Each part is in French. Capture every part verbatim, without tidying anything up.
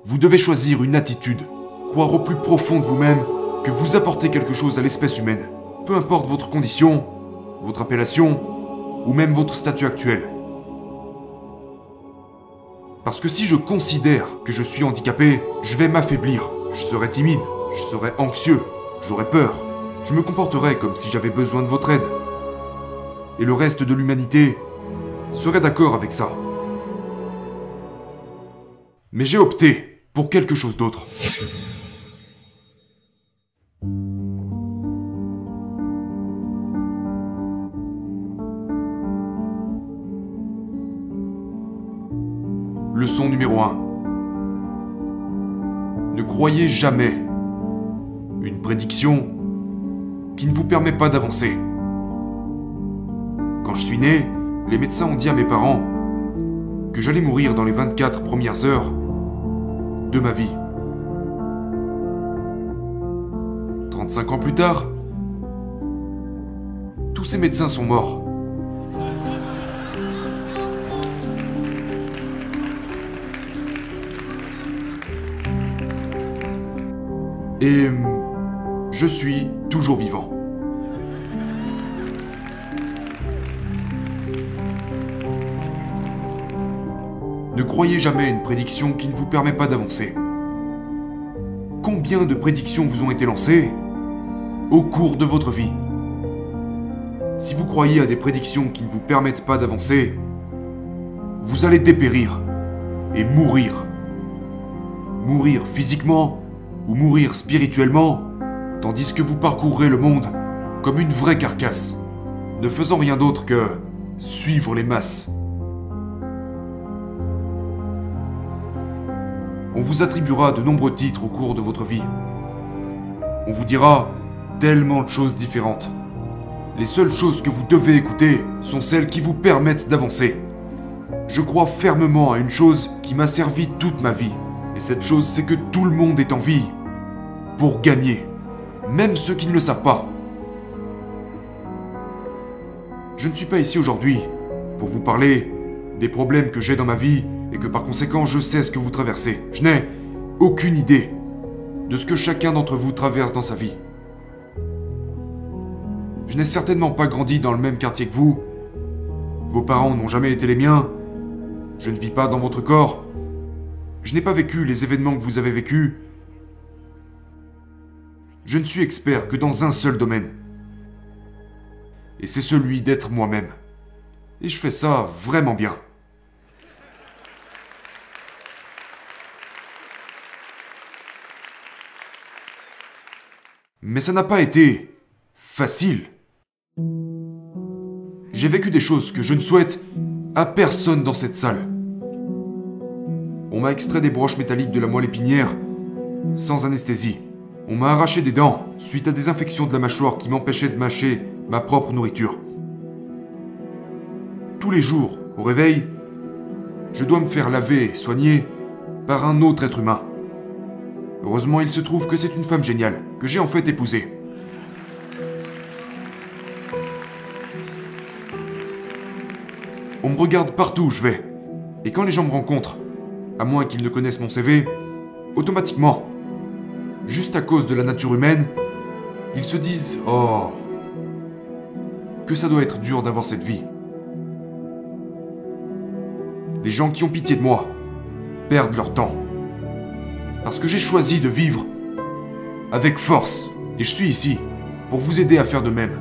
Vous devez choisir une attitude, croire au plus profond de vous-même que vous apportez quelque chose à l'espèce humaine, peu importe votre condition, votre appellation ou même votre statut actuel. Parce que si je considère que je suis handicapé, je vais m'affaiblir, je serai timide, je serai anxieux, j'aurai peur, je me comporterai comme si j'avais besoin de votre aide. Et le reste de l'humanité serait d'accord avec ça. Mais j'ai opté pour quelque chose d'autre. Leçon numéro un. Ne croyez jamais une prédiction qui ne vous permet pas d'avancer. Quand je suis né, les médecins ont dit à mes parents que j'allais mourir dans les vingt-quatre premières heures de ma vie. trente-cinq ans plus tard, tous ces médecins sont morts. Et je suis toujours vivant. Ne croyez jamais une prédiction qui ne vous permet pas d'avancer. Combien de prédictions vous ont été lancées au cours de votre vie? Si vous croyez à des prédictions qui ne vous permettent pas d'avancer, vous allez dépérir et mourir. Mourir physiquement ou mourir spirituellement, tandis que vous parcourrez le monde comme une vraie carcasse, ne faisant rien d'autre que suivre les masses. On vous attribuera de nombreux titres au cours de votre vie. On vous dira tellement de choses différentes. Les seules choses que vous devez écouter sont celles qui vous permettent d'avancer. Je crois fermement à une chose qui m'a servi toute ma vie. Et cette chose, c'est que tout le monde est en vie pour gagner, même ceux qui ne le savent pas. Je ne suis pas ici aujourd'hui pour vous parler des problèmes que j'ai dans ma vie et que par conséquent je sais ce que vous traversez. Je n'ai aucune idée de ce que chacun d'entre vous traverse dans sa vie. Je n'ai certainement pas grandi dans le même quartier que vous. Vos parents n'ont jamais été les miens. Je ne vis pas dans votre corps. Je n'ai pas vécu les événements que vous avez vécus. Je ne suis expert que dans un seul domaine. Et c'est celui d'être moi-même. Et je fais ça vraiment bien. Mais ça n'a pas été facile. J'ai vécu des choses que je ne souhaite à personne dans cette salle. On m'a extrait des broches métalliques de la moelle épinière sans anesthésie. On m'a arraché des dents suite à des infections de la mâchoire qui m'empêchaient de mâcher ma propre nourriture. Tous les jours, au réveil, je dois me faire laver et soigner par un autre être humain. Heureusement, il se trouve que c'est une femme géniale, que j'ai en fait épousée. On me regarde partout où je vais. Et quand les gens me rencontrent, à moins qu'ils ne connaissent mon C V, automatiquement, juste à cause de la nature humaine, ils se disent « Oh, que ça doit être dur d'avoir cette vie. » Les gens qui ont pitié de moi perdent leur temps. Parce que j'ai choisi de vivre avec force. Et je suis ici pour vous aider à faire de même.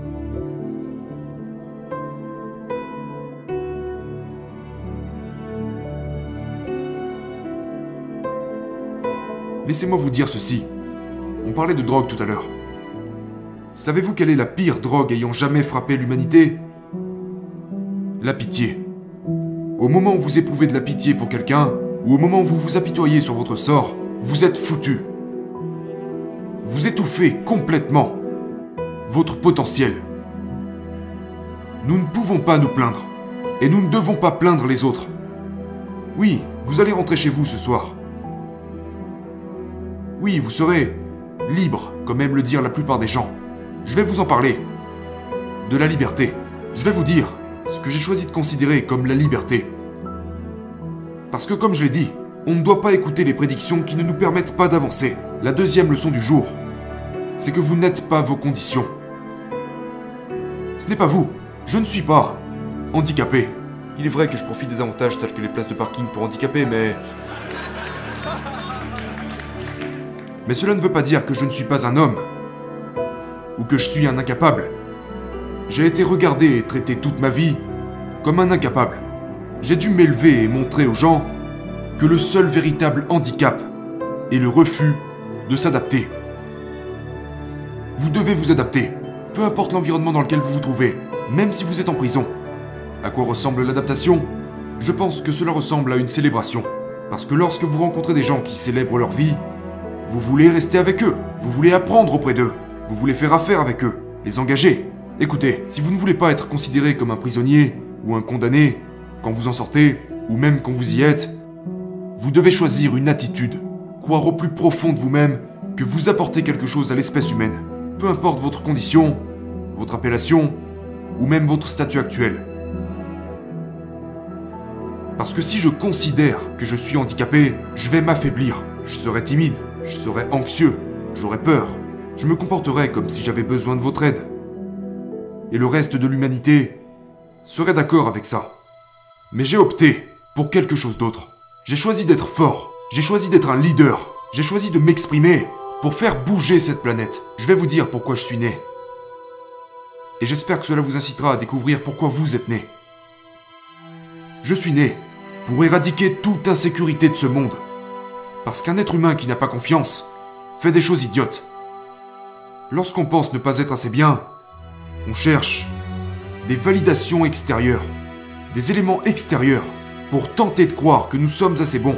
Laissez-moi vous dire ceci. On parlait de drogue tout à l'heure. Savez-vous quelle est la pire drogue ayant jamais frappé l'humanité? La pitié. Au moment où vous éprouvez de la pitié pour quelqu'un, ou au moment où vous vous apitoyez sur votre sort, vous êtes foutu. Vous étouffez complètement votre potentiel. Nous ne pouvons pas nous plaindre, et nous ne devons pas plaindre les autres. Oui, vous allez rentrer chez vous ce soir. Oui, vous serez libre, comme aiment le dire la plupart des gens. Je vais vous en parler. De la liberté. Je vais vous dire ce que j'ai choisi de considérer comme la liberté. Parce que comme je l'ai dit, On ne doit pas écouter les prédictions qui ne nous permettent pas d'avancer. La deuxième leçon du jour, c'est que vous n'êtes pas vos conditions. Ce n'est pas vous. Je ne suis pas handicapé. Il est vrai que je profite des avantages tels que les places de parking pour handicapés, mais... Mais cela ne veut pas dire que je ne suis pas un homme. Ou que je suis un incapable. J'ai été regardé et traité toute ma vie comme un incapable. J'ai dû m'élever et montrer aux gens que le seul véritable handicap est le refus de s'adapter. Vous devez vous adapter, peu importe l'environnement dans lequel vous vous trouvez, même si vous êtes en prison. À quoi ressemble l'adaptation ? Je pense que cela ressemble à une célébration. Parce que lorsque vous rencontrez des gens qui célèbrent leur vie, vous voulez rester avec eux, vous voulez apprendre auprès d'eux, vous voulez faire affaire avec eux, les engager. Écoutez, si vous ne voulez pas être considéré comme un prisonnier ou un condamné, quand vous en sortez, ou même quand vous y êtes, vous devez choisir une attitude, croire au plus profond de vous-même que vous apportez quelque chose à l'espèce humaine, peu importe votre condition, votre appellation, ou même votre statut actuel. Parce que si je considère que je suis handicapé, je vais m'affaiblir, je serai timide, je serai anxieux, j'aurai peur, je me comporterai comme si j'avais besoin de votre aide. Et le reste de l'humanité serait d'accord avec ça. Mais j'ai opté pour quelque chose d'autre. J'ai choisi d'être fort, j'ai choisi d'être un leader, j'ai choisi de m'exprimer pour faire bouger cette planète. Je vais vous dire pourquoi je suis né. Et j'espère que cela vous incitera à découvrir pourquoi vous êtes né. Je suis né pour éradiquer toute insécurité de ce monde. Parce qu'un être humain qui n'a pas confiance fait des choses idiotes. Lorsqu'on pense ne pas être assez bien, on cherche des validations extérieures, des éléments extérieurs pour tenter de croire que nous sommes assez bons.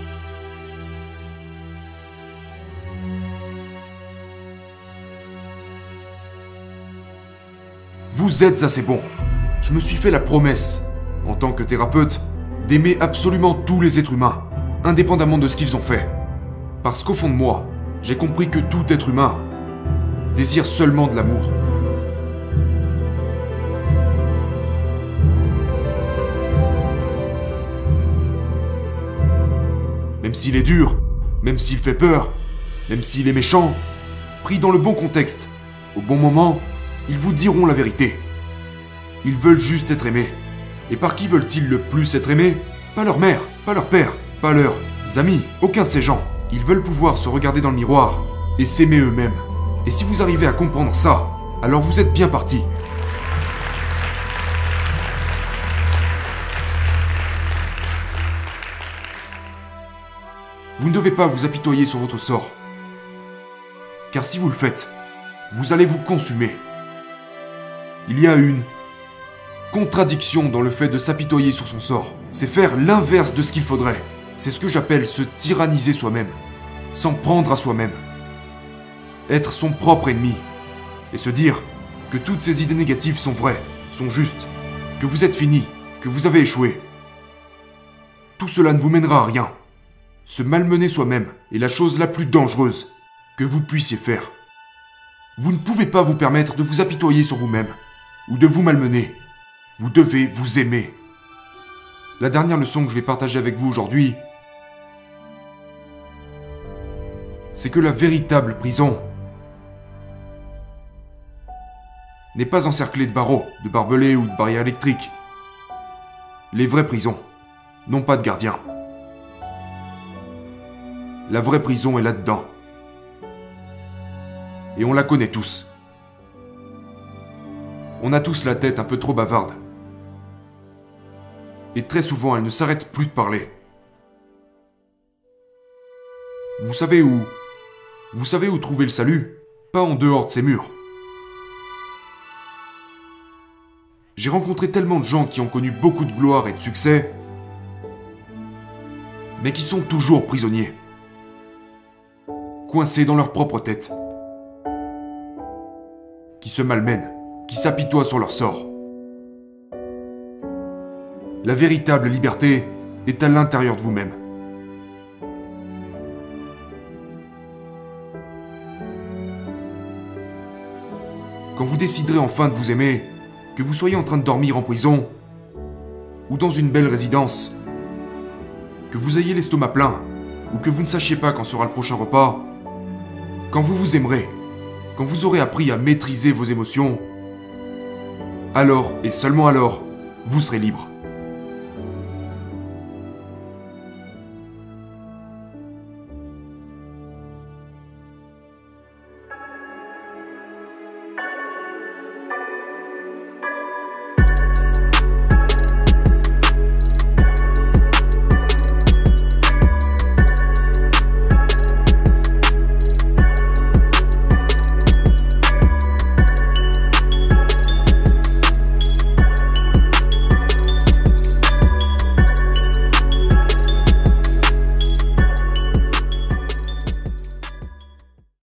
Vous êtes assez bon. Je me suis fait la promesse, en tant que thérapeute, d'aimer absolument tous les êtres humains, indépendamment de ce qu'ils ont fait. Parce qu'au fond de moi, j'ai compris que tout être humain désire seulement de l'amour. Même s'il est dur, même s'il fait peur, même s'il est méchant, pris dans le bon contexte, au bon moment, ils vous diront la vérité. Ils veulent juste être aimés. Et par qui veulent-ils le plus être aimés ? Pas leur mère, pas leur père, pas leurs amis, aucun de ces gens. Ils veulent pouvoir se regarder dans le miroir et s'aimer eux-mêmes. Et si vous arrivez à comprendre ça, alors vous êtes bien parti. Vous ne devez pas vous apitoyer sur votre sort. Car si vous le faites, vous allez vous consumer. Il y a une contradiction dans le fait de s'apitoyer sur son sort. C'est faire l'inverse de ce qu'il faudrait. C'est ce que j'appelle se tyranniser soi-même, s'en prendre à soi-même. Être son propre ennemi. Et se dire que toutes ces idées négatives sont vraies, sont justes, que vous êtes fini, que vous avez échoué. Tout cela ne vous mènera à rien. Se malmener soi-même est la chose la plus dangereuse que vous puissiez faire. Vous ne pouvez pas vous permettre de vous apitoyer sur vous-même ou de vous malmener. Vous devez vous aimer. La dernière leçon que je vais partager avec vous aujourd'hui, c'est que la véritable prison n'est pas encerclée de barreaux, de barbelés ou de barrières électriques. Les vraies prisons n'ont pas de gardien. La vraie prison est là-dedans. Et on la connaît tous. On a tous la tête un peu trop bavarde. Et très souvent, elle ne s'arrête plus de parler. Vous savez où... Vous savez où trouver le salut ? Pas en dehors de ces murs. J'ai rencontré tellement de gens qui ont connu beaucoup de gloire et de succès, mais qui sont toujours prisonniers. Coincés dans leur propre tête. Qui se malmènent, qui s'apitoient sur leur sort. La véritable liberté est à l'intérieur de vous-même. Quand vous déciderez enfin de vous aimer, que vous soyez en train de dormir en prison, ou dans une belle résidence, que vous ayez l'estomac plein, ou que vous ne sachiez pas quand sera le prochain repas, quand vous vous aimerez, quand vous aurez appris à maîtriser vos émotions, alors et seulement alors, vous serez libre.